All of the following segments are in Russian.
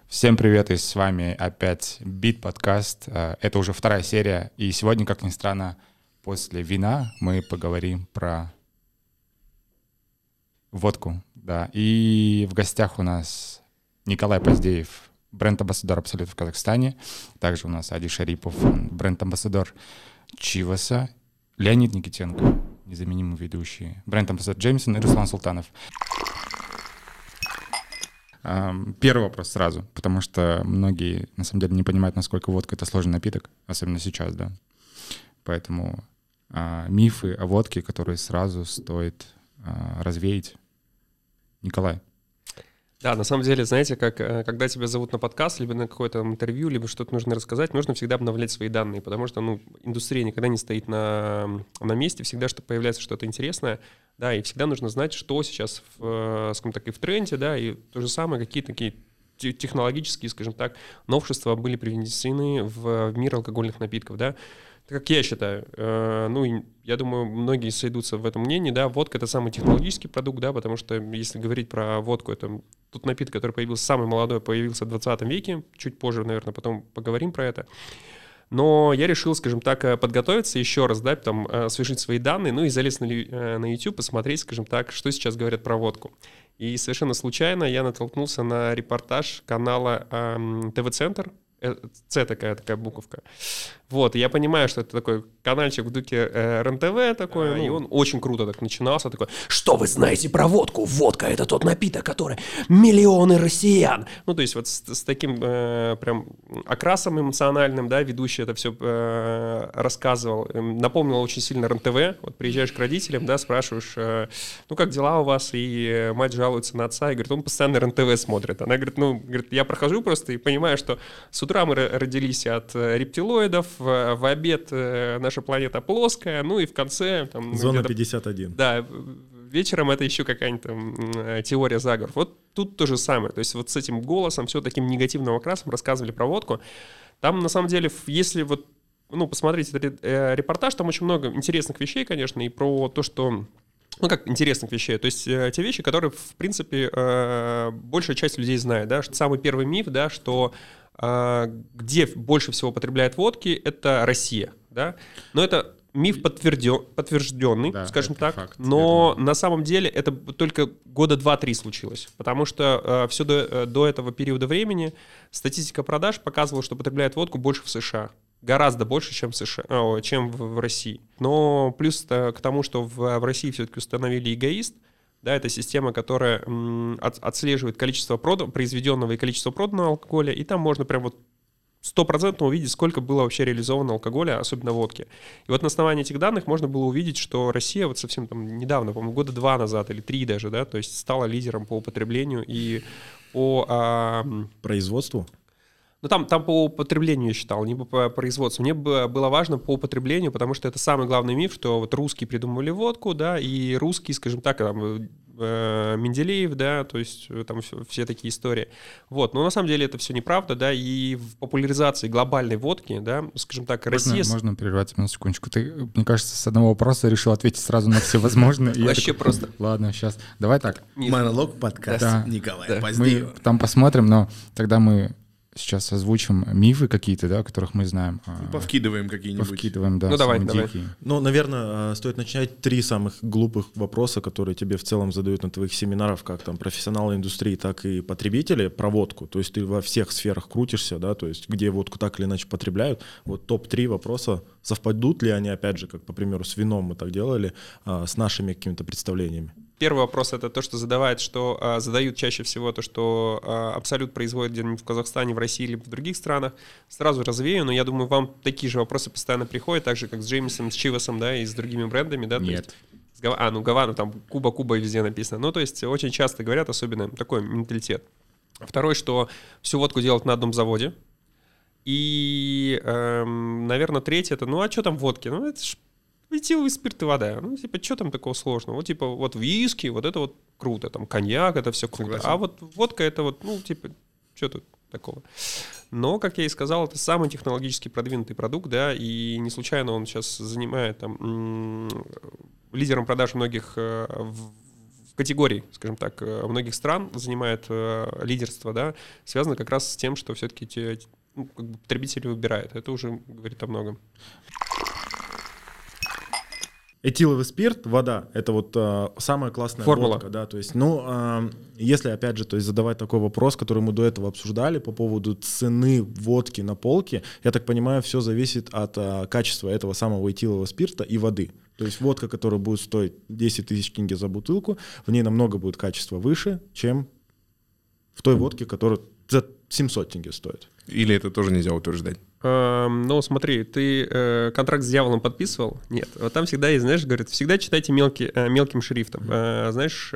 Всем привет, и с вами опять Бит подкаст. Это уже вторая серия, и сегодня, как ни странно, после вина мы поговорим про водку. Да. И в гостях у нас Николай Поздеев, бренд-амбассадор Абсолют в Казахстане. Также у нас Ади Шарипов, бренд-амбассадор Чиваса. Леонид Никитенко, незаменимый ведущий, бренд-амбассадор Джеймсон и Руслан Султанов. Первый вопрос сразу, потому что многие, на самом деле, не понимают, насколько водка — это сложный напиток, особенно сейчас, да. Поэтому мифы о водке, которые сразу стоит развеять. Николай. Да, на самом деле, знаете, когда тебя зовут на подкаст, либо на какое-то интервью, либо что-то нужно рассказать, нужно всегда обновлять свои данные, потому что индустрия никогда не стоит на месте, всегда что появляется что-то интересное, да, и всегда нужно знать, что сейчас, скажем так, и в тренде, да, и то же самое, какие такие технологические, скажем так, новшества были привнесены в мир алкогольных напитков, да. Как я считаю, я думаю, многие сойдутся в этом мнении, да, водка — это самый технологический продукт, да, потому что если говорить про водку, это тот напиток, который появился самый молодой, появился в 20 веке, чуть позже, наверное, потом поговорим про это. Но я решил, скажем так, подготовиться еще раз, да, там, освежить свои данные, и залез на YouTube, посмотреть, скажем так, что сейчас говорят про водку. И совершенно случайно я натолкнулся на репортаж канала ТВ-центр, С такая буковка. Вот, я понимаю, что это такой канальчик в духе РЕН-ТВ такой, и он очень круто так начинался, такой: что вы знаете про водку? Водка — это тот напиток, который миллионы россиян. То есть вот с таким прям окрасом эмоциональным, да, ведущий это все рассказывал. Напомнил очень сильно РЕН-ТВ. Вот приезжаешь к родителям, да, спрашиваешь, как дела у вас? И мать жалуется на отца, и говорит, он постоянно РЕН-ТВ смотрит. Она говорит, я прохожу просто и понимаю, что с утра мы родились от рептилоидов, в обед наша планета плоская, и в конце... Там, Зона 51. Да, вечером это еще какая-нибудь там теория заговоров. Вот тут то же самое. То есть вот с этим голосом, все таким негативным окрасом рассказывали про водку. Там, на самом деле, если вот, посмотреть этот репортаж, там очень много интересных вещей, конечно, и про то, что... как интересных вещей, то есть те вещи, которые, в принципе, большая часть людей знает, да, что самый первый миф, да, что где больше всего потребляет водки, это Россия, да, но это миф подтвержденный, да, скажем так, факт, но на самом деле это только года 2-3 случилось, потому что все до этого периода времени статистика продаж показывала, что потребляет водку больше в США. Гораздо больше, чем в России. Но плюс к тому, что в России все-таки установили эгоист, да, это система, которая отслеживает количество произведенного и количество проданного алкоголя, и там можно прям вот 100% увидеть, сколько было вообще реализовано алкоголя, особенно водки. И вот на основании этих данных можно было увидеть, что Россия вот совсем там недавно, по-моему, года 2 назад или 3 даже, да, то есть стала лидером по употреблению и по... производству? Там по употреблению я считал, не по производству. Мне было важно по употреблению, потому что это самый главный миф, что вот русские придумывали водку, да, и русские, скажем так, там, Менделеев, да, то есть там все такие истории. Вот, но на самом деле это все неправда, да, и в популяризации глобальной водки, да, скажем так, Россия... Можно прервать на секундочку? Ты, мне кажется, с одного вопроса решил ответить сразу на все возможные. Вообще просто. Ладно, сейчас. Давай так. Монолог подкаста Николая Поздеева. Мы там посмотрим, но тогда мы сейчас озвучим мифы какие-то, да, которых мы знаем. Повкидываем какие-нибудь. Повкидываем, да. Давай. Дикие. Наверное, стоит начать 3 самых глупых вопроса, которые тебе в целом задают на твоих семинарах, как там профессионалы индустрии, так и потребители, про водку. То есть ты во всех сферах крутишься, да, то есть где водку так или иначе потребляют. Вот топ-3 вопроса, совпадут ли они, опять же, как, по примеру, с вином мы так делали, с нашими какими-то представлениями? Первый вопрос — это то, что задают чаще всего то, что Абсолют производит где-нибудь в Казахстане, в России или в других странах. Сразу развею, но я думаю, вам такие же вопросы постоянно приходят, так же, как с Джеймсом, с Чивасом, да, и с другими брендами, да? Нет. Гавана, там Куба везде написано. То есть очень часто говорят, особенно такой менталитет. Второй, что всю водку делают на одном заводе. И, наверное, третье — это, а что там водки? Это ж этиловый спирт и вода. Что там такого сложного? Вот виски, вот это вот круто, там коньяк, это все круто. Согласен. А вот водка — это вот, что тут такого? Но, как я и сказал, это самый технологически продвинутый продукт, да, и не случайно он сейчас занимает там лидером продаж многих в категории, скажем так, многих стран занимает лидерство, да, связано как раз с тем, что все-таки потребители выбирают. Это уже говорит о многом. Этиловый спирт, вода, это вот самая классная формула. водка, да, то есть, если, опять же, то есть задавать такой вопрос, который мы до этого обсуждали по поводу цены водки на полке, я так понимаю, все зависит от качества этого самого этилового спирта и воды. То есть водка, которая будет стоить 10 тысяч тенге за бутылку, в ней намного будет качество выше, чем в той водке, которая за 700 тенге стоит. Или это тоже нельзя утверждать? Ну, смотри, ты контракт с дьяволом подписывал? Нет. Вот там всегда есть, знаешь, говорят, всегда читайте мелким шрифтом. Знаешь,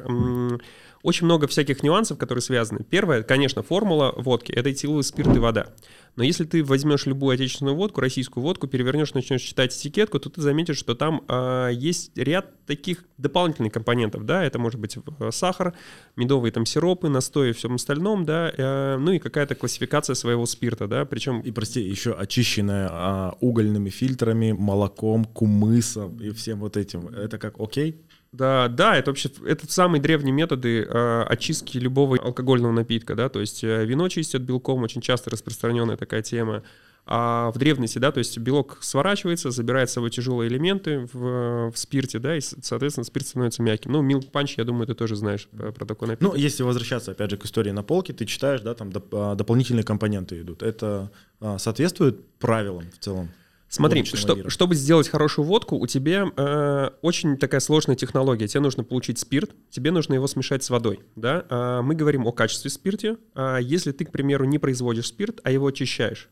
очень много всяких нюансов, которые связаны. Первое, конечно, формула водки — это этиловый спирт и вода. Но если ты возьмешь любую отечественную водку, российскую водку, перевернешь, начнешь читать этикетку, то ты заметишь, что там есть ряд таких дополнительных компонентов, да, это может быть сахар, медовые там сиропы, настои и всем остальном, да, ну и какая-то классификация своего спирта, да, причем... И, прости, еще очищенная угольными фильтрами, молоком, кумысом и всем вот этим. Это как окей? Да, это вообще это самые древние методы очистки любого алкогольного напитка, да, то есть вино чистят белком, очень часто распространенная такая тема. А в древности, да, то есть белок сворачивается, забирает с собой тяжелые элементы в спирте, да, и, соответственно, спирт становится мягким. Ну, Milk Punch, я думаю, ты тоже знаешь про такой напиток. Ну, если возвращаться, опять же, к истории на полке, ты читаешь, да, там дополнительные компоненты идут. Это соответствует правилам в целом? Смотри, чтобы сделать хорошую водку, у тебя очень такая сложная технология. Тебе нужно получить спирт, тебе нужно его смешать с водой. Да? Мы говорим о качестве спирта. Если ты, к примеру, не производишь спирт, а его очищаешь,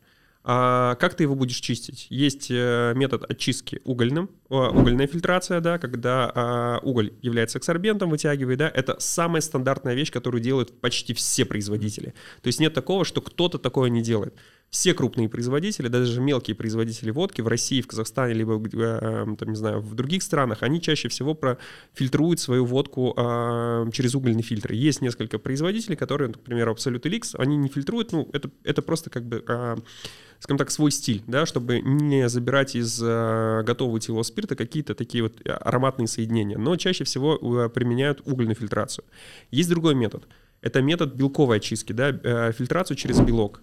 как ты его будешь чистить? Есть метод очистки угольная фильтрация, да, когда уголь является адсорбентом, вытягивает, да, это самая стандартная вещь, которую делают почти все производители. То есть нет такого, что кто-то такое не делает. Все крупные производители, даже мелкие производители водки в России, в Казахстане, либо там, не знаю, в других странах, они чаще всего фильтруют свою водку через угольный фильтр. Есть несколько производителей, которые, например, Absolut Elix, они не фильтруют, ну, это просто как бы, скажем так, свой стиль, да, чтобы не забирать из готового этилового спирта какие-то такие вот ароматные соединения. Но чаще всего применяют угольную фильтрацию. Есть другой метод. Это метод белковой очистки, да, фильтрацию через белок.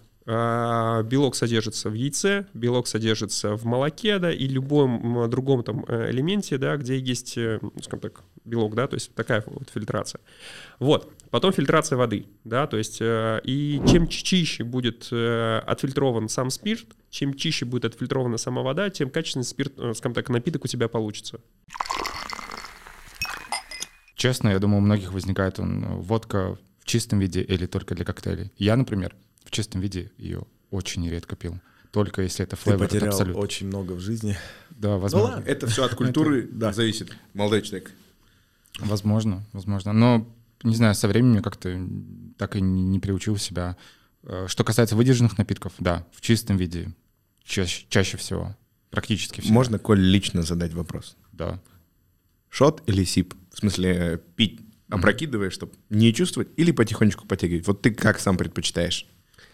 Белок содержится в яйце, белок содержится в молоке, да, и любом другом там элементе, да, где есть, скажем так, белок, да, то есть такая вот фильтрация. Вот. Потом фильтрация воды, да, то есть и чем чище будет отфильтрован сам спирт, чем чище будет отфильтрована сама вода, тем качественный спирт, скажем так, напиток у тебя получится. Честно, я думаю, у многих возникает водка в чистом виде или только для коктейлей. Я, например, в чистом виде ее очень редко пил. Только если это флейвор. Ты потерял Absolut. очень много в жизни. Да, возможно. Ну, это все от культуры зависит, молодой человек. Возможно. Но, не знаю, со временем как-то так и не приучил себя. Что касается выдержанных напитков, да, в чистом виде чаще всего, практически всегда. Можно, Коль, лично задать вопрос? Да. Шот или сип? В смысле, пить опрокидывая, чтобы не чувствовать, или потихонечку потягивать? Вот ты как сам предпочитаешь?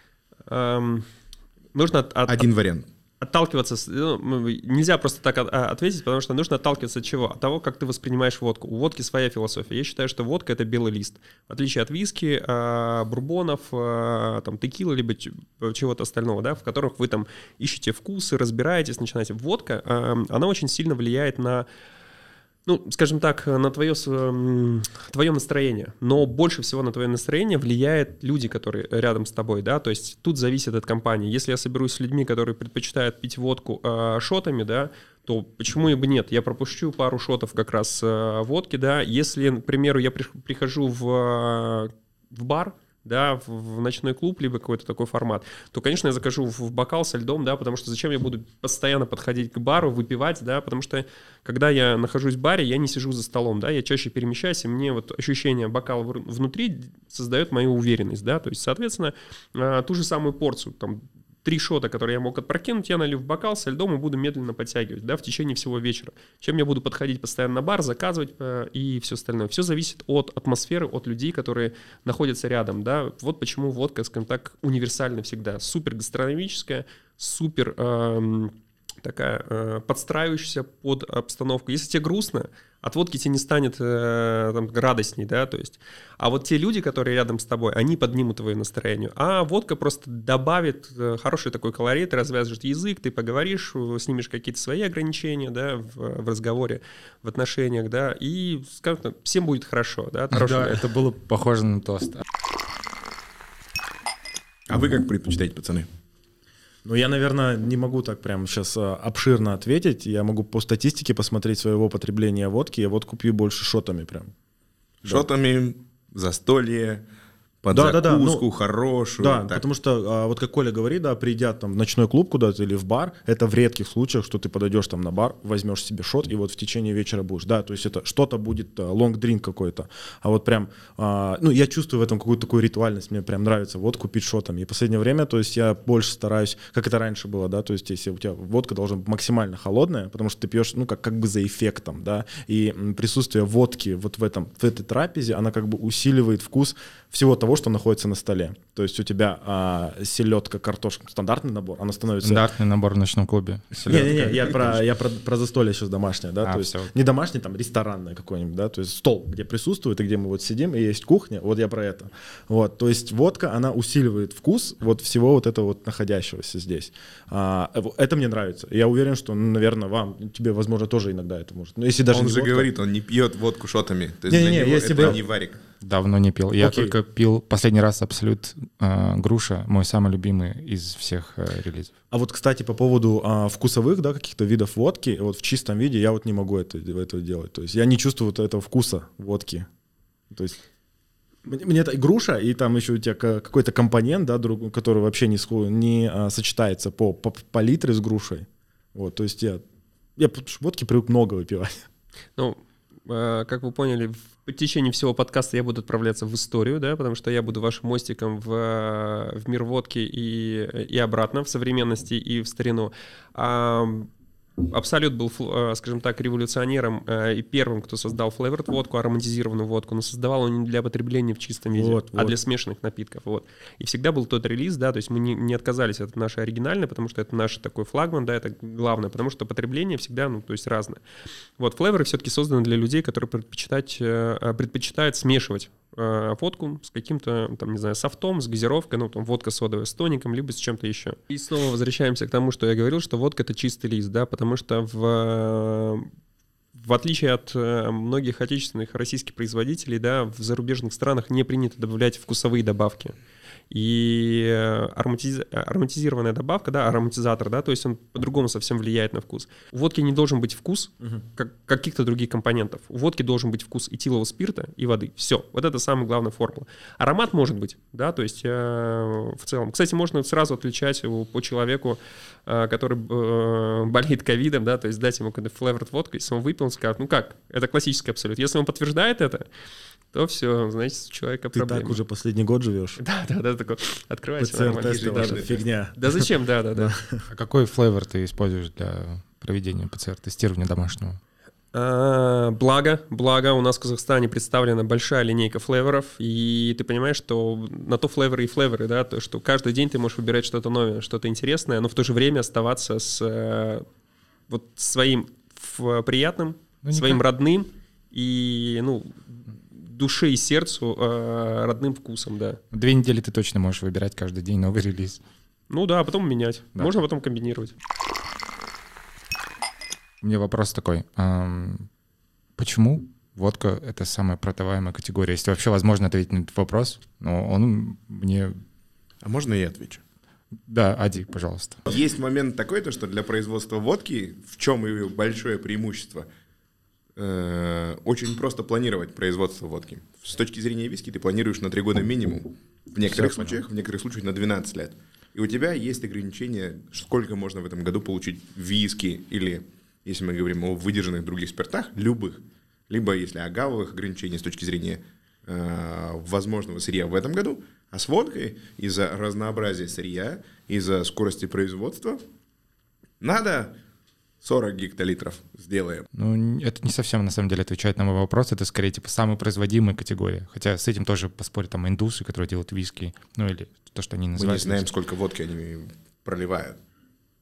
Нужно один вариант. Отталкиваться, нельзя просто так ответить, потому что нужно отталкиваться от чего? От того, как ты воспринимаешь водку. У водки своя философия. Я считаю, что водка — это белый лист. В отличие от виски, бурбонов, там, текилы, либо чего-то остального, да, в которых вы там ищете вкусы, разбираетесь, начинаете. Водка, она очень сильно влияет на, ну, скажем так, на твое настроение. Но больше всего на твое настроение влияют люди, которые рядом с тобой, да, то есть тут зависит от компании. Если я соберусь с людьми, которые предпочитают пить водку шотами, да, то почему и бы нет? Я пропущу пару шотов как раз водки, да. Если, к примеру, я прихожу в бар, да, в ночной клуб, либо какой-то такой формат, то, конечно, я закажу в бокал со льдом, да, потому что зачем я буду постоянно подходить к бару, выпивать, да, потому что, когда я нахожусь в баре, я не сижу за столом, да, я чаще перемещаюсь, и мне вот ощущение бокала внутри создает мою уверенность, да, то есть, соответственно, ту же самую порцию, там, 3 шота, которые я мог опрокинуть, я налью в бокал со льдом и буду медленно подтягивать, да, в течение всего вечера. Чем я буду подходить постоянно на бар, заказывать и все остальное. Все зависит от атмосферы, от людей, которые находятся рядом, да. Вот почему водка, скажем так, универсальна всегда. Супер гастрономическая, супер такая, подстраивающаяся под обстановку. Если тебе грустно, от водки тебе не станет там, радостней, да, то есть. А вот те люди, которые рядом с тобой, они поднимут твое настроение. А водка просто добавит хороший такой колорит, развяжет язык, ты поговоришь, снимешь какие-то свои ограничения, да, в разговоре, в отношениях, да, и, скажем так, всем будет хорошо, да. Да, это было похоже на тост. А вы как предпочитаете, пацаны? Ну, я, наверное, не могу так прям сейчас обширно ответить. Я могу по статистике посмотреть своего потребления водки. Я водку пью больше шотами прям. Шотами, застолье, под закуску хорошую. Да, так. потому что, вот как Коля говорит, да, придя там в ночной клуб куда-то или в бар, это в редких случаях, что ты подойдешь там на бар, возьмешь себе шот и вот в течение вечера будешь. Да, то есть это что-то будет лонг-дринк какой-то. А вот прям, ну, я чувствую в этом какую-то такую ритуальность, мне прям нравится водку пить шотами. И в последнее время, то есть я больше стараюсь, как это раньше было, да, то есть если у тебя водка должна быть максимально холодная, потому что ты пьешь, ну, как бы за эффектом, да, и присутствие водки вот в этой трапезе, она как бы усиливает вкус всего того, что находится на столе. То есть у тебя селедка, картошка, стандартный набор, она становится... Стандартный набор в ночном клубе. Не-не-не, я про застолье сейчас домашнее, да, то есть все. не домашнее, там, ресторанное какое-нибудь, да, то есть стол, где присутствует, и где мы вот сидим, и есть кухня, вот я про это. Вот, то есть водка, она усиливает вкус вот всего вот этого вот находящегося здесь. Это мне нравится. Я уверен, что, ну, наверное, тебе, возможно, тоже иногда это может. Но если даже он не же водка... говорит, он не пьет водку шотами. То есть Не-не-не, для него если это бы- не варик. Давно не пил. Я Окей. только пил последний раз Абсолют груша, мой самый любимый из всех релизов. А вот, кстати, по поводу вкусовых, да, каких-то видов водки, вот в чистом виде я вот не могу это делать. То есть я не чувствую вот этого вкуса водки. То есть мне это груша, и там еще у тебя какой-то компонент, да, который вообще не сочетается по палитре с грушей. Вот, то есть я водки привык много выпивать. Ну, как вы поняли, в течение всего подкаста я буду отправляться в историю, да, потому что я буду вашим мостиком в мир водки и обратно, в современности и в старину. Абсолют был, скажем так, революционером и первым, кто создал flavored водку, ароматизированную водку, но создавал он не для потребления в чистом виде, а для смешанных напитков. Вот. И всегда был тот релиз, да, то есть мы не отказались от нашей оригинальной, потому что это наш такой флагман, да, это главное, потому что потребление всегда, ну, то есть разное. Вот, флейворы все-таки созданы для людей, которые предпочитают смешивать водку с каким-то, там, не знаю, софтом, с газировкой, ну, там, водка содовая с тоником, либо с чем-то еще. И снова возвращаемся к тому, что я говорил, что водка — это чистый лист, да, потому что в отличие от многих отечественных российских производителей, да, в зарубежных странах не принято добавлять вкусовые добавки. И ароматизированная добавка, да, ароматизатор, да, то есть он по-другому совсем влияет на вкус. У водки не должен быть вкус как каких-то других компонентов. У водки должен быть вкус этилового спирта и воды. Все. Вот это самая главная формула. Аромат может быть, да, то есть в целом. Кстати, можно сразу отличать по человеку, который болеет ковидом, да, то есть дать ему какую-то flavored водку, если он выпил, он скажет, ну как, это классический абсолют. Если он подтверждает это, то все, значит, у человека Ты проблемы. так уже последний год живешь. Да, такой, открывайся. ПЦР-тест — это ваша фигня. Да зачем, да. А какой флейвор ты используешь для проведения ПЦР-тестирования домашнего? Благо, у нас в Казахстане представлена большая линейка флейворов, и ты понимаешь, что на то флейворы и флейворы, да, то, что каждый день ты можешь выбирать что-то новое, что-то интересное, но в то же время оставаться с вот своим приятным, своим родным и, ну, душе и сердцу родным вкусом, да. 2 недели ты точно можешь выбирать каждый день новый релиз. Ну да, а потом менять. Да. Можно потом комбинировать. У меня вопрос такой. Почему водка — это самая продаваемая категория? Если вообще возможно ответить на этот вопрос, но он мне... А можно я отвечу? Да, Ади, пожалуйста. Есть момент такой-то, что для производства водки, в чем ее большое преимущество, очень просто планировать производство водки. С точки зрения виски ты планируешь на 3 года минимум, в некоторых случаях на 12 лет. И у тебя есть ограничение, сколько можно в этом году получить виски, или, если мы говорим о выдержанных других спиртах, любых, либо если агавовых ограничений с точки зрения возможного сырья в этом году, а с водкой из-за разнообразия сырья, из-за скорости производства надо 40 гектолитров сделаем. Ну, это не совсем, на самом деле, отвечает на мой вопрос. Это, скорее, типа, самая производимая категория. Хотя с этим тоже поспорят там индусы, которые делают виски, ну, или то, что они Мы называют... не знаем, сколько водки они проливают.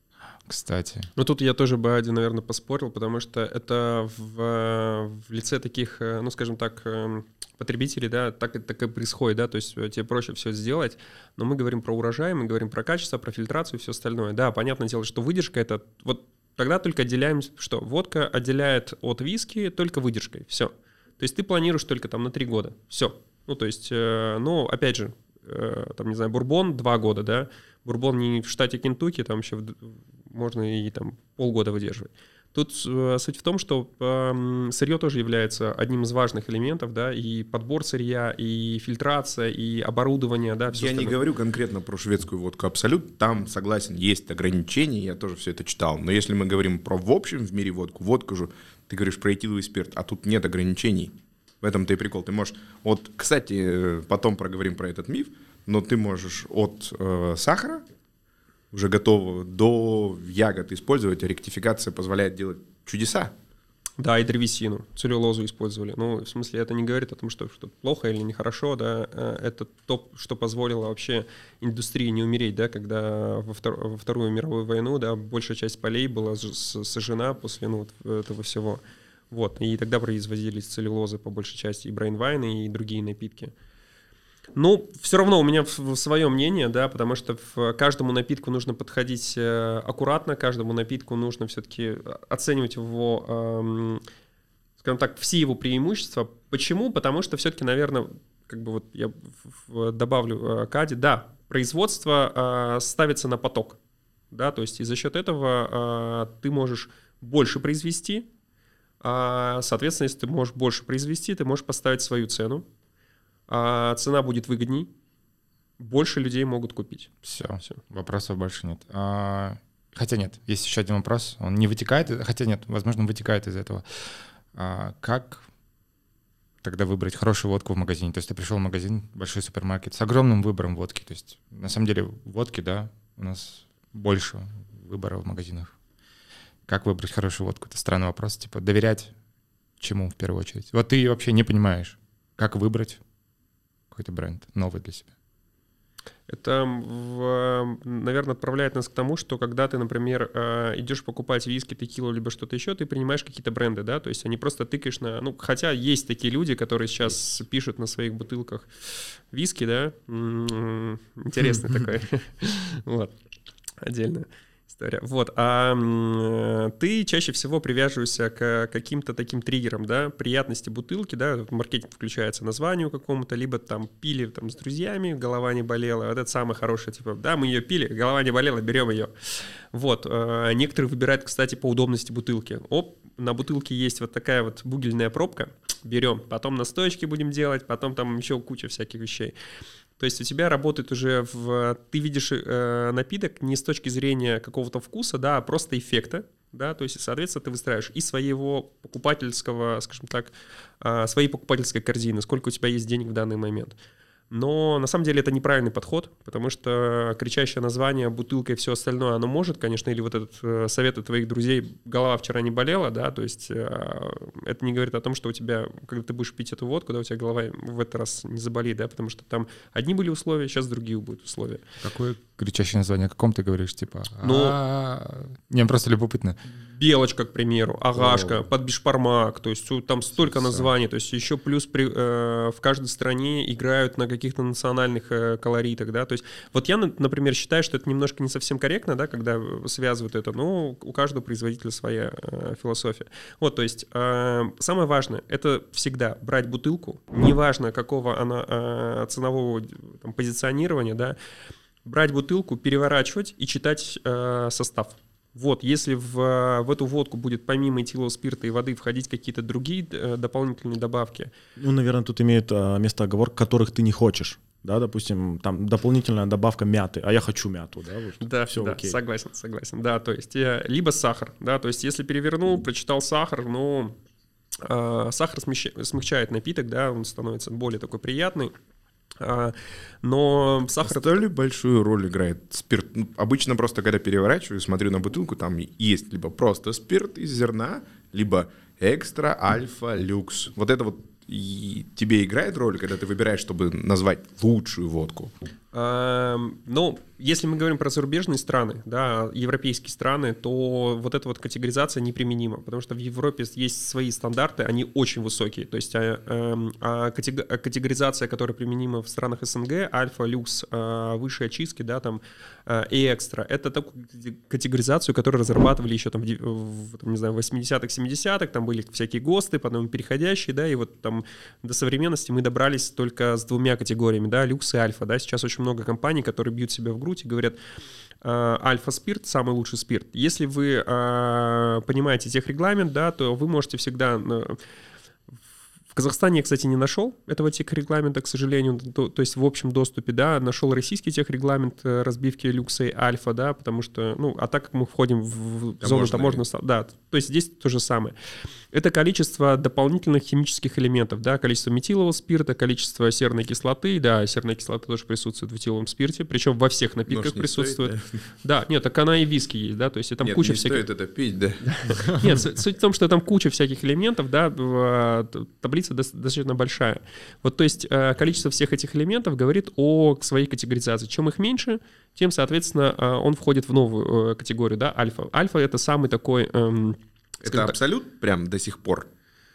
кстати. Ну, тут я тоже бы, Ади, наверное, поспорил, потому что это в лице таких, ну, скажем так, потребителей, да, так и происходит, да, то есть тебе проще все сделать, но мы говорим про урожай, мы говорим про качество, про фильтрацию и все остальное. Да, понятное дело, что выдержка — это вот тогда только отделяем, что водка отделяет от виски только выдержкой, все. То есть ты планируешь только там на 3 года, все. Ну, то есть, ну, опять же, там, не знаю, бурбон 2 года, да, бурбон не в штате Кентукки, там еще можно и там полгода выдерживать. Тут суть в том, что сырье тоже является одним из важных элементов, да, и подбор сырья, и фильтрация, и оборудование, да. Я не говорю конкретно про шведскую водку «Абсолют», там, согласен, есть ограничения, я тоже все это читал, но если мы говорим про в общем в мире водку же, ты говоришь про этиловый спирт, а тут нет ограничений. В этом-то и прикол. Ты можешь, вот, кстати, потом проговорим про этот миф, но ты можешь от сахара, уже готового, до ягод использовать, а ректификация позволяет делать чудеса. Да, и древесину, целлюлозу использовали. Ну, в смысле, это не говорит о том, что что-то плохо или нехорошо, да, это то, что позволило вообще индустрии не умереть, да, когда во Вторую мировую войну, да, большая часть полей была сожжена после, ну, вот этого всего. Вот, и тогда производились целлюлозы по большей части, и брейнвайны, и другие напитки. Ну, все равно у меня свое мнение, да, потому что к каждому напитку нужно подходить аккуратно, каждому напитку нужно все-таки оценивать его, скажем так, все его преимущества. Почему? Потому что все-таки, наверное, как бы вот я добавлю Кади, да, производство ставится на поток, да, то есть и за счет этого ты можешь больше произвести, соответственно, если ты можешь больше произвести, ты можешь поставить свою цену. Цена будет выгодней, больше людей могут купить. Все. Вопросов больше нет. Хотя нет, есть еще один вопрос. Он не вытекает, хотя нет, возможно, вытекает из этого. Как тогда выбрать хорошую водку в магазине? То есть ты пришел в магазин, большой супермаркет с огромным выбором водки. То есть на самом деле водки, да, у нас больше выбора в магазинах. Как выбрать хорошую водку? Это странный вопрос. Типа доверять чему в первую очередь? Вот ты вообще не понимаешь, как выбрать какой-то бренд новый для себя. Это, наверное, отправляет нас к тому, что когда ты, например, идешь покупать виски, текилу, либо что-то еще, ты принимаешь какие-то бренды, да, то есть они просто тыкаешь на... Ну, хотя есть такие люди, которые сейчас пишут на своих бутылках виски, да, интересный такой, вот, отдельно. История. Вот, ты чаще всего привязываешься к каким-то таким триггерам, да, приятности бутылки, да, маркетинг включается названию какому-то, либо там пили там с друзьями, голова не болела, вот это самое хорошее, типа, да, мы ее пили, голова не болела, берем ее. Вот, некоторые выбирают, кстати, по удобности бутылки. На бутылке есть вот такая вот бугельная пробка, берем, потом настоечки будем делать, потом там еще куча всяких вещей. То есть у тебя работает уже ты видишь напиток не с точки зрения какого-то вкуса, да, а просто эффекта, да, то есть, соответственно, ты выстраиваешь и своего покупательского, скажем так, своей покупательской корзины, сколько у тебя есть денег в данный момент. Но на самом деле это неправильный подход, потому что кричащее название, бутылка и все остальное, оно может, конечно, или вот этот совет от твоих друзей, голова вчера не болела, да, то есть это не говорит о том, что у тебя, когда ты будешь пить эту водку, да, у тебя голова в этот раз не заболит, да, потому что там одни были условия, сейчас другие будут условия. Какое кричащее название? О каком ты говоришь, типа? Мне просто любопытно. Белочка, к примеру, агашка, подбишпармак, то есть там столько названий, то есть еще плюс в каждой стране играют на каких-то национальных колоритах, да, то есть вот я, например, считаю, что это немножко не совсем корректно, да, когда связывают это, но у каждого производителя своя философия. Вот, то есть самое важное — это всегда брать бутылку, неважно какого она ценового там позиционирования, да, брать бутылку, переворачивать и читать состав. Вот, если в эту водку будет помимо этилового спирта и воды входить какие-то другие дополнительные добавки. Ну, наверное, тут имеет место оговорка, которых ты не хочешь. Да, допустим, там дополнительная добавка мяты, а я хочу мяту, да? Вот, да, все да, окей. Согласен, да, то есть либо сахар, да, то есть если перевернул, прочитал сахар, ну, сахар смягчает напиток, да, он становится более такой приятный. Но сахар... Что ли большую роль играет спирт? Ну, обычно просто, когда переворачиваю, смотрю на бутылку, там есть либо просто спирт из зерна, либо экстра, альфа, люкс. Вот это вот и тебе играет роль, когда ты выбираешь, чтобы назвать лучшую водку? Ну, если мы говорим про зарубежные страны, да, европейские страны, то вот эта вот категоризация неприменима, потому что в Европе есть свои стандарты, они очень высокие. То есть категоризация, которая применима в странах СНГ, альфа, люкс, высшие очистки, да, там, и экстра, это такую категоризацию, которую разрабатывали еще там, не знаю, в 80-х, 70-х, там были всякие ГОСТы, потом переходящие, да, и вот там до современности мы добрались только с 2 категориями, да, люкс и альфа, да, сейчас очень много компаний, которые бьют себя в грудь и говорят, альфа-спирт — самый лучший спирт. Если вы понимаете техрегламент, да, то вы можете всегда... В Казахстане я, кстати, не нашел этого техрегламента, к сожалению, то есть в общем доступе, да, нашел российский техрегламент разбивки люкса и альфа, да, потому что, ну, а так как мы входим в зону таможенного, да, то есть здесь то же самое. Это количество дополнительных химических элементов, да, количество метилового спирта, количество серной кислоты, да, серная кислота тоже присутствует в этиловом спирте, причем во всех напитках присутствует. Стоит, да, нет, так она и в виски есть, да, то есть там куча всяких... Нет, не стоит это пить, да. Нет, суть в том, что там куча всяких элементов, да, таблица достаточно большая. Вот, то есть количество всех этих элементов говорит о своей категоризации. Чем их меньше, тем, соответственно, он входит в новую категорию, да, альфа. Альфа — это самый такой... Это абсолют прям до сих пор?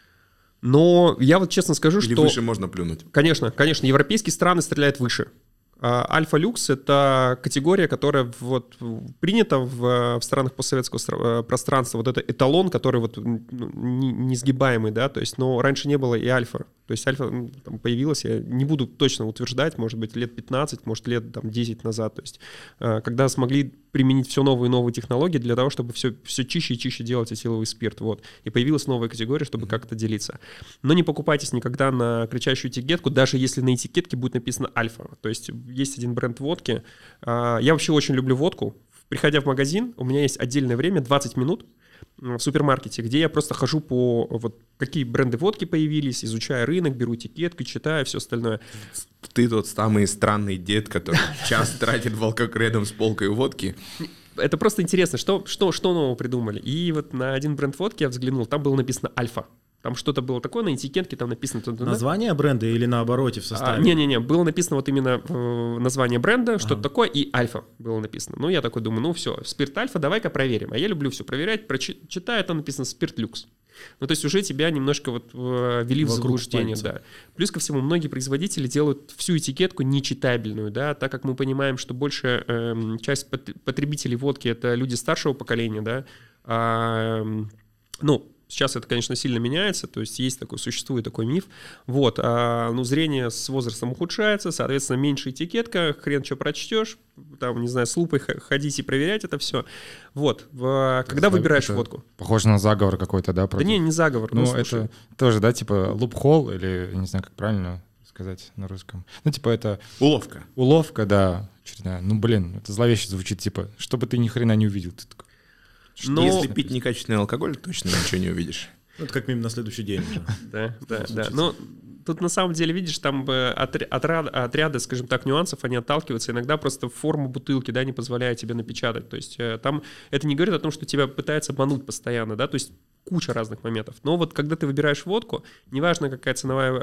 Но я вот честно скажу, Или что... выше можно плюнуть? Конечно, европейские страны стреляют выше. Альфа-люкс — это категория, которая вот принята в странах постсоветского пространства. Вот это эталон, который вот несгибаемый, да, то есть, но раньше не было и альфа. То есть альфа там появилась, я не буду точно утверждать, может быть, лет 15, может, лет там, 10 назад. То есть, когда смогли применить все новые и новые технологии для того, чтобы все чище и чище делать этиловый спирт. Вот. И появилась новая категория, чтобы как-то делиться. Но не покупайтесь никогда на кричащую этикетку, даже если на этикетке будет написано альфа. То есть есть один бренд водки. Я вообще очень люблю водку. Приходя в магазин, у меня есть отдельное время, 20 минут, в супермаркете, где я просто хожу по вот какие бренды водки появились, изучаю рынок, беру этикетку, читаю, все остальное. Ты тот самый странный дед, который час тратит в алкоголь рядом с полкой водки. Это просто интересно, что нового придумали. И вот на один бренд водки я взглянул, там было написано «Альфа». Там что-то было такое на этикетке, там написано... Название бренда или на обороте в составе? Не-не-не, было написано вот именно название бренда, что-то такое, и альфа было написано. Ну, я такой думаю, ну все, спирт альфа, давай-ка проверим. А я люблю все проверять, читаю, там написано спирт люкс. Ну, то есть уже тебя немножко вот ввели в заблуждение, да. Плюс ко всему, многие производители делают всю этикетку нечитабельную, да, так как мы понимаем, что большая часть потребителей водки — это люди старшего поколения, да, сейчас это, конечно, сильно меняется, то есть существует такой миф. Вот, ну, зрение с возрастом ухудшается, соответственно, меньше этикетка, хрен что прочтешь, там, не знаю, с лупой ходить и проверять это все. Вот, когда выбираешь водку. Похоже на заговор какой-то, да? Да не заговор. Ну, это тоже, да, типа лупхол, или, я не знаю, как правильно сказать на русском. Ну, типа это... Уловка. Уловка, да. Ну, блин, это зловеще звучит, типа, чтобы ты ни хрена не увидел. Ты такой... Но... Если пить некачественный алкоголь, точно ничего не увидишь. Ну, это как минимум на следующий день. Да. Но тут на самом деле, видишь, там отряды, скажем так, нюансов, они отталкиваются. Иногда просто форма бутылки, да, не позволяет тебе напечатать. То есть там это не говорит о том, что тебя пытаются обмануть постоянно, да, то есть куча разных моментов. Но вот когда ты выбираешь водку, неважно, какое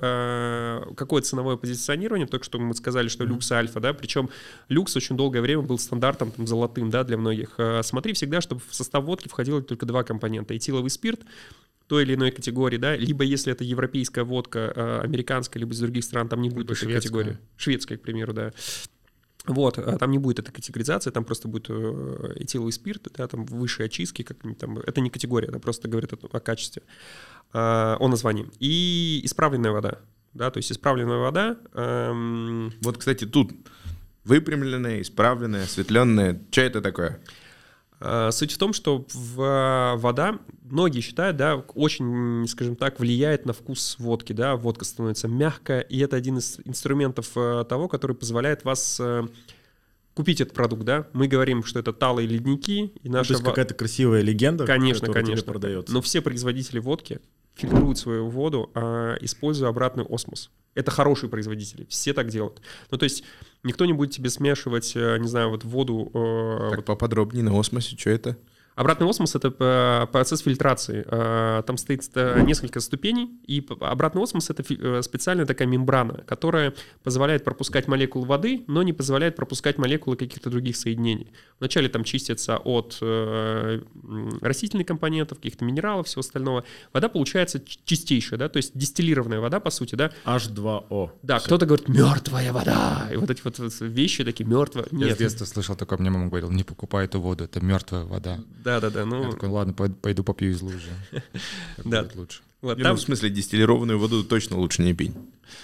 ценовое позиционирование, только что мы сказали, что люкс и альфа, да, причем люкс очень долгое время был стандартом там, золотым, да, для многих. Смотри всегда, чтобы в состав водки входило только 2 компонента: этиловый спирт той или иной категории, да, либо если это европейская водка, американская, либо из других стран, там не будет этой категории. Шведская, к примеру, да. Вот, там не будет этой категоризации, там просто будет этиловый спирт, да, там высшие очистки, там, это не категория, это просто говорит о качестве, о названии. И исправленная вода, да, то есть исправленная вода. Вот, кстати, тут выпрямленная, исправленная, осветленная, что это такое? Суть в том, что вода, многие считают, да, очень, скажем так, влияет на вкус водки, да, водка становится мягкая, и это один из инструментов того, который позволяет вас купить этот продукт, да. Мы говорим, что это талые ледники. И наша... То есть какая-то красивая легенда, конечно, тебе продается. Но все производители водки фильтруют свою воду, используя обратный осмос. Это хорошие производители, все так делают. Ну, то есть никто не будет тебе смешивать, не знаю, вот воду... Так, поподробнее на осмосе, что это? Обратный осмос — это процесс фильтрации. Там стоит несколько ступеней, и обратный осмос — это специальная такая мембрана, которая позволяет пропускать молекулы воды, но не позволяет пропускать молекулы каких-то других соединений. Вначале там чистятся от растительных компонентов, каких-то минералов, всего остального. Вода получается чистейшая, да, то есть дистиллированная вода, по сути, да. H2O. Да, кто-то говорит «мертвая вода», и вот эти вот вещи такие «мертвая». Я с детства слышал такое, мне мама говорила: не покупай эту воду, это мертвая вода. Да-да-да. Ну... Я такой: ладно, пойду попью из лужи. Да. Будет лучше. Вот, Ну, там... в смысле, дистиллированную воду точно лучше не пить.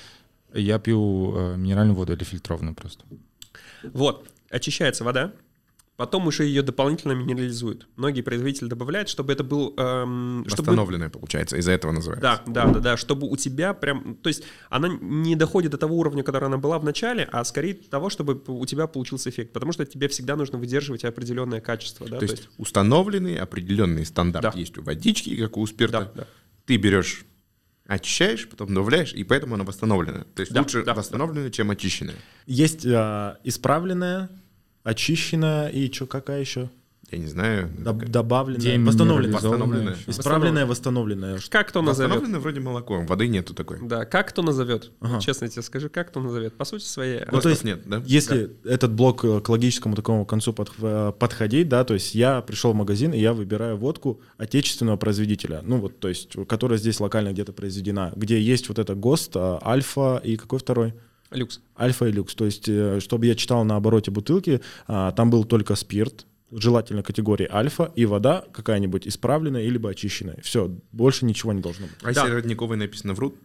Я пью минеральную воду или фильтрованную просто. Вот, очищается вода, потом уже ее дополнительно минерализуют. Многие производители добавляют, чтобы это был... Восстановленная, получается, из-за этого называется. Да, чтобы у тебя прям... То есть она не доходит до того уровня, который она была в начале, а скорее того, чтобы у тебя получился эффект. Потому что тебе всегда нужно выдерживать определенное качество. Да? То есть установленный определенный стандарт есть у водички, как у спирта. Да. Ты берешь, очищаешь, потом добавляешь, и поэтому она восстановлена. То есть лучше восстановленная, чем очищенная. Есть исправленная, очищенная и что, какая еще? Я не знаю. Добавленная, восстановленная. Восстановленная. Исправленная, восстановленная. Как кто назовет? Восстановленная вроде молоко, воды нету такой. Да, как кто назовет? Ага. Честно тебе скажу, как кто назовет? По сути своей... Ну, то есть нет, да? Если этот блок к логическому такому концу подходить, да, то есть я пришел в магазин, и я выбираю водку отечественного производителя, ну вот, то есть, которая здесь локально где-то произведена, где есть вот это ГОСТ, Альфа и какой второй? Люкс. Альфа и Люкс. То есть, чтобы я читал на обороте бутылки, там был только спирт, желательно категории альфа, и вода какая-нибудь исправленная или очищенная. Все, больше ничего не должно быть. А если родниковой написано врут?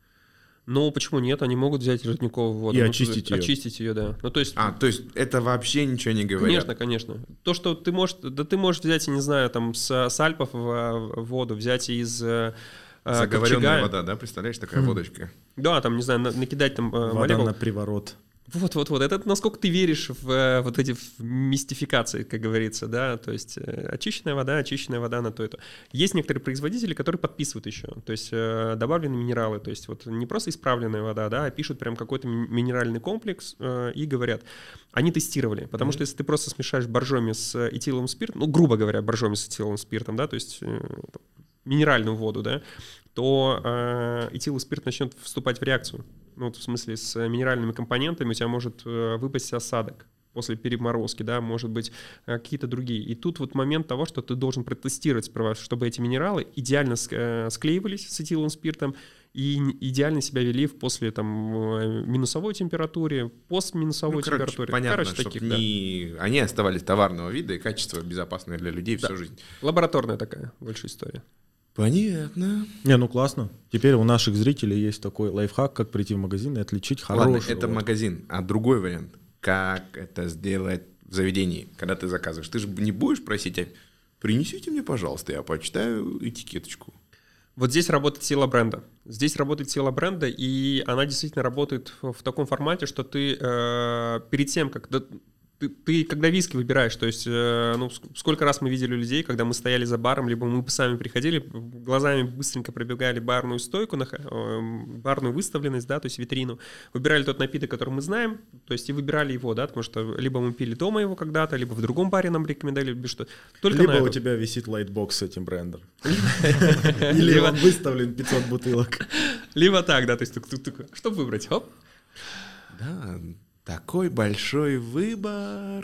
Ну, почему нет? Они могут взять родниковую воду. И очистить ее. Очистить ее, да. Ну, то есть... То есть это вообще ничего не говорит? Конечно. То, что ты можешь... Да ты можешь взять, я не знаю, там, с Альпов воду, взять из... Заговоренная вода, да? Представляешь, такая водочка? Да, там, не знаю, накидать там Вода молекул. на приворот. Вот. Это насколько ты веришь в вот эти мистификации, как говорится, да, то есть очищенная вода на то и то. Есть некоторые производители, которые подписывают еще, то есть добавлены минералы, то есть вот не просто исправленная вода, да, а пишут прям какой-то минеральный комплекс и говорят, они тестировали, потому что если ты просто смешаешь боржоми с этиловым спиртом, ну, грубо говоря, боржоми с этиловым спиртом, да, то есть минеральную воду, да, то этиловый спирт начнет вступать в реакцию. Ну, вот в смысле, с минеральными компонентами у тебя может выпасть осадок после переморозки, да, может быть, какие-то другие. И тут вот момент того, что ты должен протестировать сперва, чтобы эти минералы идеально склеивались с этиловым спиртом и идеально себя вели после там минусовой температуре, постминусовой температуре. Понятно, чтобы они оставались товарного вида и качество безопасное для людей всю жизнь. Лабораторная такая большая история. Понятно. Не, ну классно. Теперь у наших зрителей есть такой лайфхак, как прийти в магазин и отличить хорошую. Ладно, это магазин, а другой вариант. Как это сделать в заведении, когда ты заказываешь? Ты же не будешь просить, принесите мне, пожалуйста, я почитаю этикеточку. Вот здесь работает сила бренда. И она действительно работает в таком формате, что ты перед тем, как... Ты когда виски выбираешь, то есть, ну, сколько раз мы видели людей, когда мы стояли за баром, либо мы сами приходили, глазами быстренько пробегали барную стойку, барную выставленность, да, то есть витрину, выбирали тот напиток, который мы знаем, то есть и выбирали его, да, потому что либо мы пили дома его когда-то, либо в другом баре нам рекомендовали, либо что. Либо у тебя висит лайтбокс с этим брендом. Или он выставлен 500 бутылок. Либо так, да, то есть что выбрать, хоп. Да, такой большой выбор.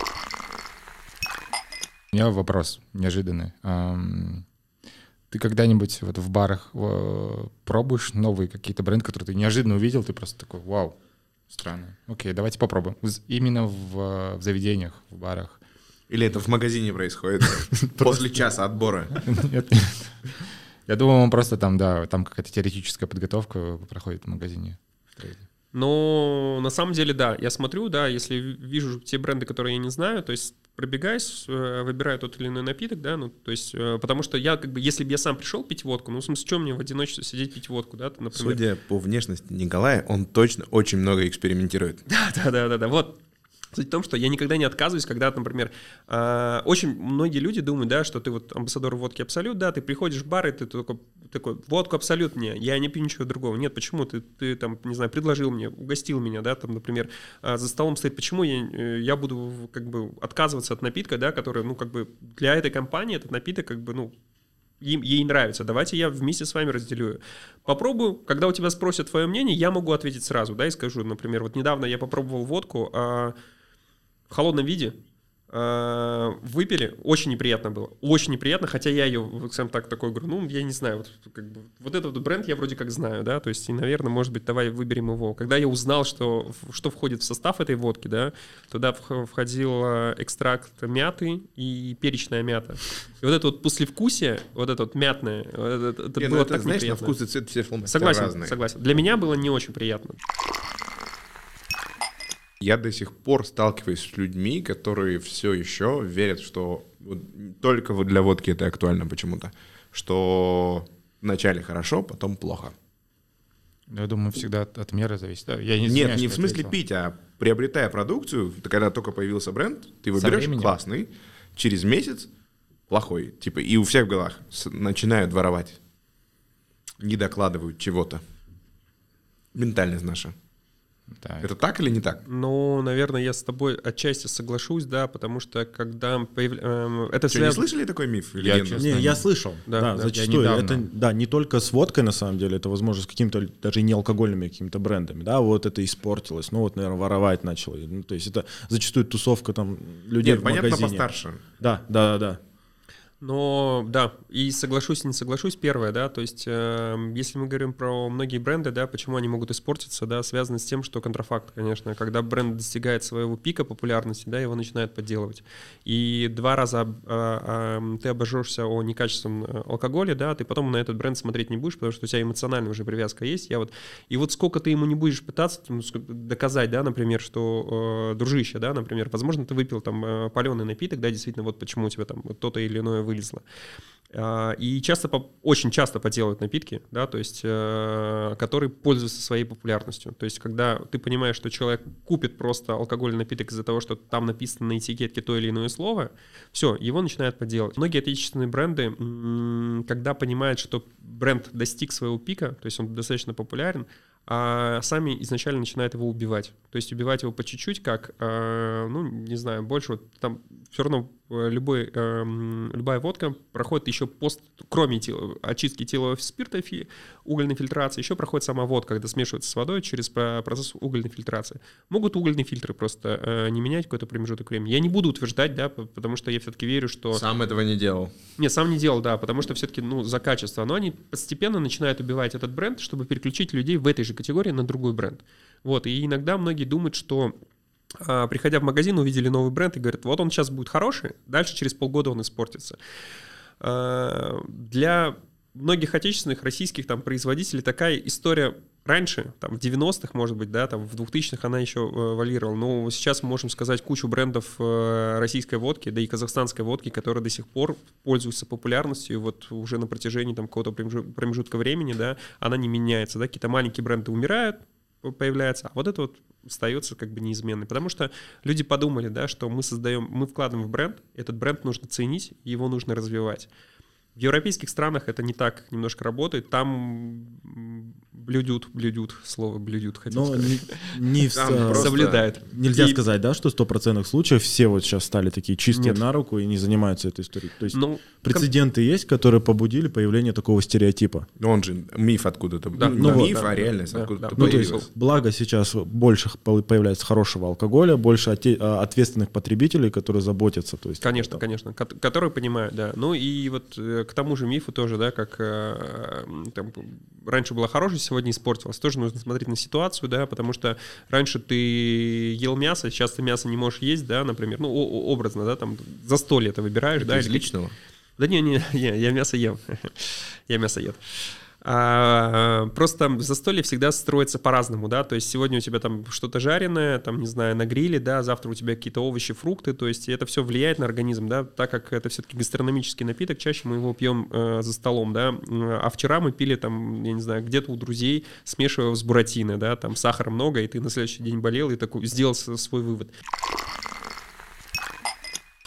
У меня вопрос неожиданный. Ты когда-нибудь вот в барах пробуешь новые какие-то бренды, которые ты неожиданно увидел, ты просто такой: вау, странно. Окей, давайте попробуем. Именно в заведениях, в барах. Или это в магазине происходит после часа отбора? Нет. Я думал, он просто там, да, там какая-то теоретическая подготовка проходит в магазине. Но на самом деле, да, я смотрю, да, если вижу те бренды, которые я не знаю, то есть пробегаюсь, выбираю тот или иной напиток, да, ну, то есть, потому что я, как бы, если бы я сам пришел пить водку, ну, в смысле, что мне в одиночестве сидеть пить водку, да, например. Судя по внешности Николая, он точно очень много экспериментирует. Да, вот. Суть в том, что я никогда не отказываюсь, когда, например, очень многие люди думают, да, что ты вот амбассадор водки Абсолют, да, ты приходишь в бар, и ты только такой, водку абсолют мне, я не пью ничего другого. Нет, почему? Ты там, не знаю, предложил мне, угостил меня, да, там, например, за столом стоит, почему я буду как бы отказываться от напитка, да, который, ну, как бы для этой компании этот напиток, как бы, ну, ей нравится, давайте я вместе с вами разделю. Попробую, когда у тебя спросят твое мнение, я могу ответить сразу, да, и скажу, например, вот недавно я попробовал водку в холодном виде, выпили, очень неприятно было, очень неприятно, хотя я ее, сам такой говорю, ну, я не знаю, вот, как бы, вот этот бренд я вроде как знаю, да, то есть, и, наверное, может быть, давай выберем его. Когда я узнал, что входит в состав этой водки, да, туда входил экстракт мяты и перечная мята. И вот это вот послевкусие, вот это вот мятное, это было так знаешь, неприятно. на вкус и цвет все фломастеры разные. Согласен. Для меня было не очень приятно. Я до сих пор сталкиваюсь с людьми, которые все еще верят, что вот только вот для водки это актуально почему-то, что вначале хорошо, потом плохо. Я думаю, всегда от меры зависит. Нет, не в смысле пить, а приобретая продукцию, когда только появился бренд, ты выберешь классный, через месяц плохой. Типа, и у всех в головах начинают воровать, не докладывают чего-то. Ментальность наша. Да. Это так или не так? Ну, наверное, я с тобой отчасти соглашусь, да, потому что когда это Что, не слышали такой миф? Я, легенду? честно, Не, я слышал, да, зачастую. Это, да, не только с водкой, на самом деле, это, возможно, с какими-то даже не алкогольными какими-то брендами, да, вот это испортилось, ну вот, наверное, воровать начало. Ну, то есть это зачастую тусовка там людей в понятно, магазине. постарше. Да. Но да, и соглашусь, не соглашусь, первое, да, то есть если мы говорим про многие бренды, да, почему они могут испортиться, да, связано с тем, что контрафакт, конечно, когда бренд достигает своего пика популярности, да, его начинают подделывать. И 2 раза ты обожжешься о некачественном алкоголе, да, ты потом на этот бренд смотреть не будешь, потому что у тебя эмоциональная уже привязка есть. И вот сколько ты ему не будешь пытаться доказать, да, например, что, дружище, да, например, возможно, ты выпил там паленый напиток, да, действительно, вот почему у тебя там вот то-то или иное вылезло. И очень часто подделывают напитки, да, то есть, которые пользуются своей популярностью. То есть, когда ты понимаешь, что человек купит просто алкогольный напиток из-за того, что там написано на этикетке то или иное слово, все, его начинают подделывать. Многие отечественные бренды, когда понимают, что бренд достиг своего пика, то есть он достаточно популярен, а сами изначально начинают его убивать. То есть убивать его по чуть-чуть, как, ну, не знаю, больше вот там все равно любая водка проходит еще кроме очистки этилового спирта, угольной фильтрации, еще проходит сама водка, когда смешивается с водой через процесс угольной фильтрации. Могут угольные фильтры просто не менять какой-то промежуток времени. Я не буду утверждать, да, потому что я все-таки верю, что... Сам этого не делал. Нет, сам не делал, да, потому что все-таки, ну, за качество. Но они постепенно начинают убивать этот бренд, чтобы переключить людей в этой же категории на другой бренд. Вот, и иногда многие думают, что приходя в магазин, увидели новый бренд и говорят, вот он сейчас будет хороший, дальше через полгода он испортится. Для многих отечественных, российских там производителей такая история раньше, там в 90-х, может быть, да, там в 2000-х она еще валировала, но сейчас мы можем сказать кучу брендов российской водки, да и казахстанской водки, которые до сих пор пользуются популярностью, и вот уже на протяжении там какого-то промежутка времени, да, она не меняется, да, какие-то маленькие бренды умирают, появляется, а вот это вот остается как бы неизменной, потому что люди подумали, да, что мы вкладываем в бренд, этот бренд нужно ценить, его нужно развивать. В европейских странах это не так немножко работает, там блюдют, слово блюдют, хотел сказать. Соблюдают. Нельзя сказать, да, что 100% случаев все вот сейчас стали такие чистые на руку и не занимаются этой историей. То есть прецеденты есть, которые побудили появление такого стереотипа. Он же миф откуда-то. Да. Миф, а реальность откуда-то появилась. появилась. Благо сейчас больше появляется хорошего алкоголя, больше ответственных потребителей, которые заботятся. То есть, конечно, которые понимают, да. Ну и вот к тому же мифу тоже, да, как там, раньше было хорошее, сегодня испортилось. Тоже нужно смотреть на ситуацию, да, потому что раньше ты ел мясо, сейчас ты мясо не можешь есть, да, например, ну, образно, да, там, застолье ты выбираешь, это да. Из личного? Да не, я мясо ем. Я мясоед. Просто застолье всегда строится по-разному, да, то есть сегодня у тебя там что-то жареное, там, не знаю, на гриле, да, завтра у тебя какие-то овощи, фрукты, то есть это все влияет на организм, да, так как это все-таки гастрономический напиток, чаще мы его пьем за столом, да, а вчера мы пили там, я не знаю, где-то у друзей, смешивая с буратино, да, там сахара много, и ты на следующий день болел и такой сделал свой вывод.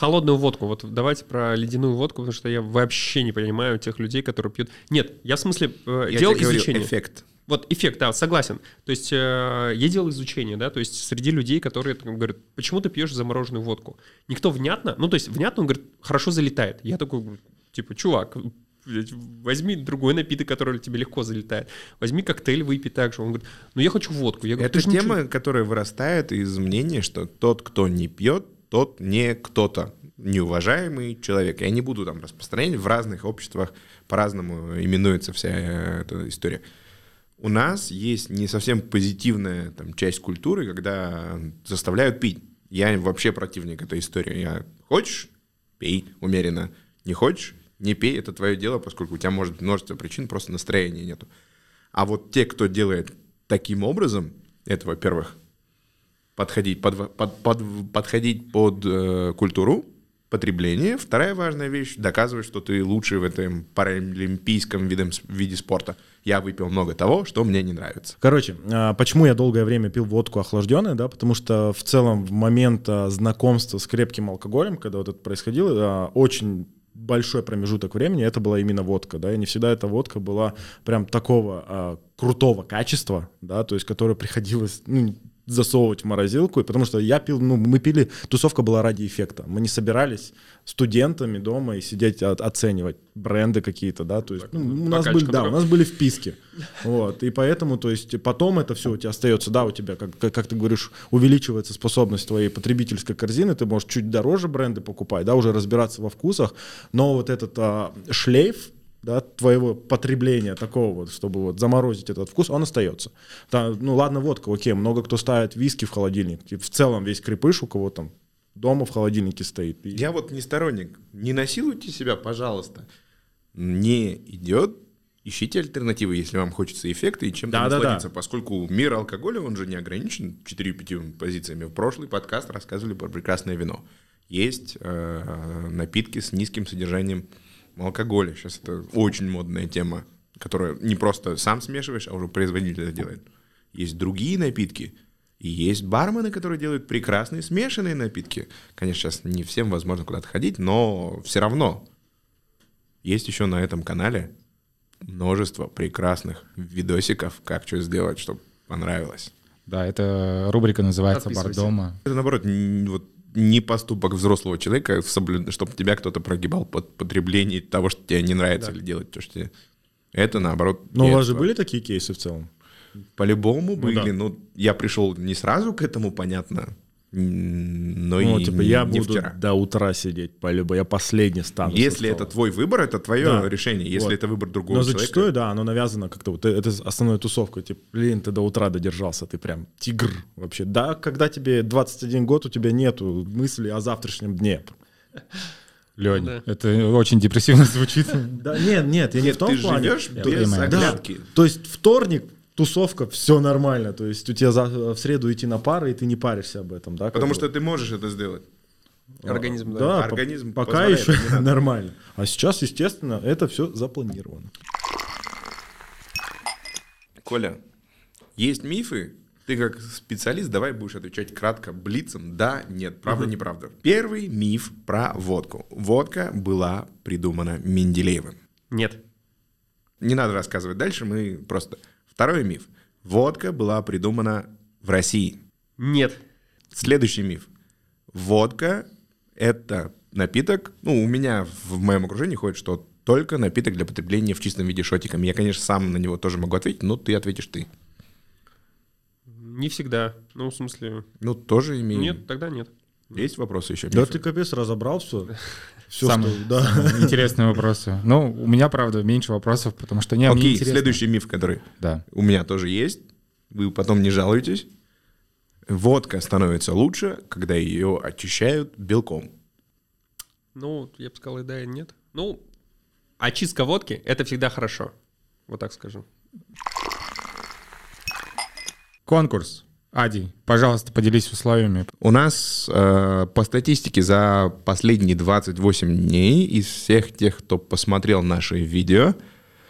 Холодную водку. Вот давайте про ледяную водку, потому что я вообще не понимаю тех людей, которые пьют. Нет, я в смысле делал изучение. Эффект. Вот эффект, да, согласен. То есть я делал изучение, да, то есть среди людей, которые говорят, почему ты пьешь замороженную водку? Никто внятно, ну то есть внятно, он говорит, хорошо залетает. Я такой, типа, чувак, возьми другой напиток, который тебе легко залетает. Возьми коктейль, выпей так же. Он говорит, ну я хочу водку. Я говорю, Это тема, которая вырастает из мнения, что тот, кто не пьет, тот не кто-то, неуважаемый человек. Я не буду там распространять, в разных обществах по-разному именуется вся эта история. У нас есть не совсем позитивная там, часть культуры, когда заставляют пить. Я вообще противник этой истории. Хочешь — пей умеренно. Не хочешь — не пей. Это твое дело, поскольку у тебя может множество причин, просто настроения нету. А вот те, кто делает таким образом, это, во-первых, подходить под культуру потребления. Вторая важная вещь — доказывать, что ты лучший в этом паралимпийском виде спорта. Я выпил много того, что мне не нравится. Короче, почему я долгое время пил водку охлажденную, да, потому что в целом в момент знакомства с крепким алкоголем, когда вот это происходило, очень большой промежуток времени это была именно водка, да, и не всегда эта водка была прям такого крутого качества, да, то есть которую приходилось, засовывать в морозилку, и потому что я пил, мы пили, тусовка была ради эффекта. Мы не собирались студентами дома и сидеть оценивать бренды какие-то, да, то есть у нас были вписки, вот, и поэтому, то есть потом это все у тебя остается, да, у тебя, как ты говоришь, увеличивается способность твоей потребительской корзины, ты можешь чуть дороже бренды покупать, да, уже разбираться во вкусах, но вот этот шлейф, да, твоего потребления такого вот, чтобы вот заморозить этот вкус, он остается. Ладно, водка, окей, много кто ставит виски в холодильник, и в целом весь крепыш у кого там дома в холодильнике стоит. Я вот не сторонник. Не насилуйте себя, пожалуйста. Не идет. Ищите альтернативы, если вам хочется эффекта и чем-то насладиться, поскольку мир алкоголя, он же не ограничен 4-5 позициями. В прошлый подкаст рассказывали про прекрасное вино. Есть напитки с низким содержанием алкоголя. Сейчас это очень модная тема, которую не просто сам смешиваешь, а уже производитель это делает. Есть другие напитки, и есть бармены, которые делают прекрасные смешанные напитки. Конечно, сейчас не всем возможно куда-то ходить, но все равно есть еще на этом канале множество прекрасных видосиков, как что сделать, чтобы понравилось. Да, эта рубрика называется «Бар дома». Это, наоборот, вот не поступок взрослого человека, чтобы тебя кто-то прогибал под потребление того, что тебе не нравится, или делать то, что тебе... Это, наоборот... Но у вас же были такие кейсы в целом? По-любому были. Да. Я пришел не сразу к этому, понятно, но и я не буду вчера. До утра сидеть, по-любому. Я последний стану. Если это твой выбор, это твое решение. Если это выбор другого человека... Но зачастую, да, оно навязано как-то. Вот это основная тусовка. Типа, ты до утра додержался, ты прям тигр вообще. Да, когда тебе 21 год, у тебя нету мысли о завтрашнем дне. Лёнь, это очень депрессивно звучит. Да, нет, я не в том плане. Ты живешь без оглядки. То есть вторник, тусовка, все нормально. То есть у тебя в среду идти на пары, и ты не паришься об этом, да? Потому что ты можешь это сделать. Организм, да. Организм пока еще нормально. А сейчас, естественно, это все запланировано. Коля, есть мифы? Ты как специалист, давай будешь отвечать кратко, блицом. Да, нет, правда, неправда. Первый миф про водку. Водка была придумана Менделеевым. Нет. Не надо рассказывать дальше, мы просто... Второй миф. Водка была придумана в России. Нет. Следующий миф. Водка — это напиток, у меня в моем окружении ходит, что только напиток для потребления в чистом виде шотиками. Я, конечно, сам на него тоже могу ответить, но ты ответишь ты. Не всегда. В смысле... Тоже имею. Нет, тогда нет. Есть вопросы еще? Да, ты капец разобрал все. Самые интересные вопросы. У меня, правда, меньше вопросов, потому что мне интересно. Следующий миф, который у меня тоже есть. Вы потом не жалуетесь. Водка становится лучше, когда ее очищают белком. Я бы сказал, и да, и нет. Очистка водки — это всегда хорошо. Вот так скажу. Конкурс. Ади, пожалуйста, поделись условиями. У нас по статистике за последние 28 дней из всех тех, кто посмотрел наши видео,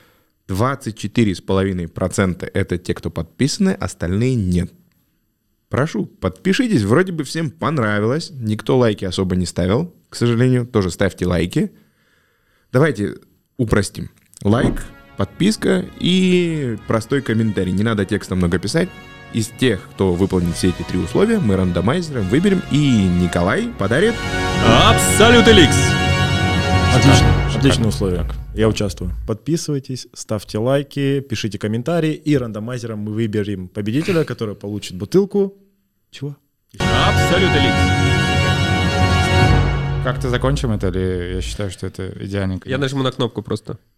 24,5% это те, кто подписаны, остальные нет. прошу, подпишитесь. Вроде бы всем понравилось. Никто лайки особо не ставил, к сожалению. Тоже ставьте лайки. Давайте упростим. Лайк, подписка и простой комментарий. Не надо текста много писать. Из тех, кто выполнит все эти 3 условия, мы рандомайзером выберем, и Николай подарит... Абсолют Эликс! Отличные условия. Я участвую. Подписывайтесь, ставьте лайки, пишите комментарии, и рандомайзером мы выберем победителя, который получит бутылку. Чего? Абсолют Эликс! Как-то закончим это, или я считаю, что это идеальненько? Я нажму на кнопку просто.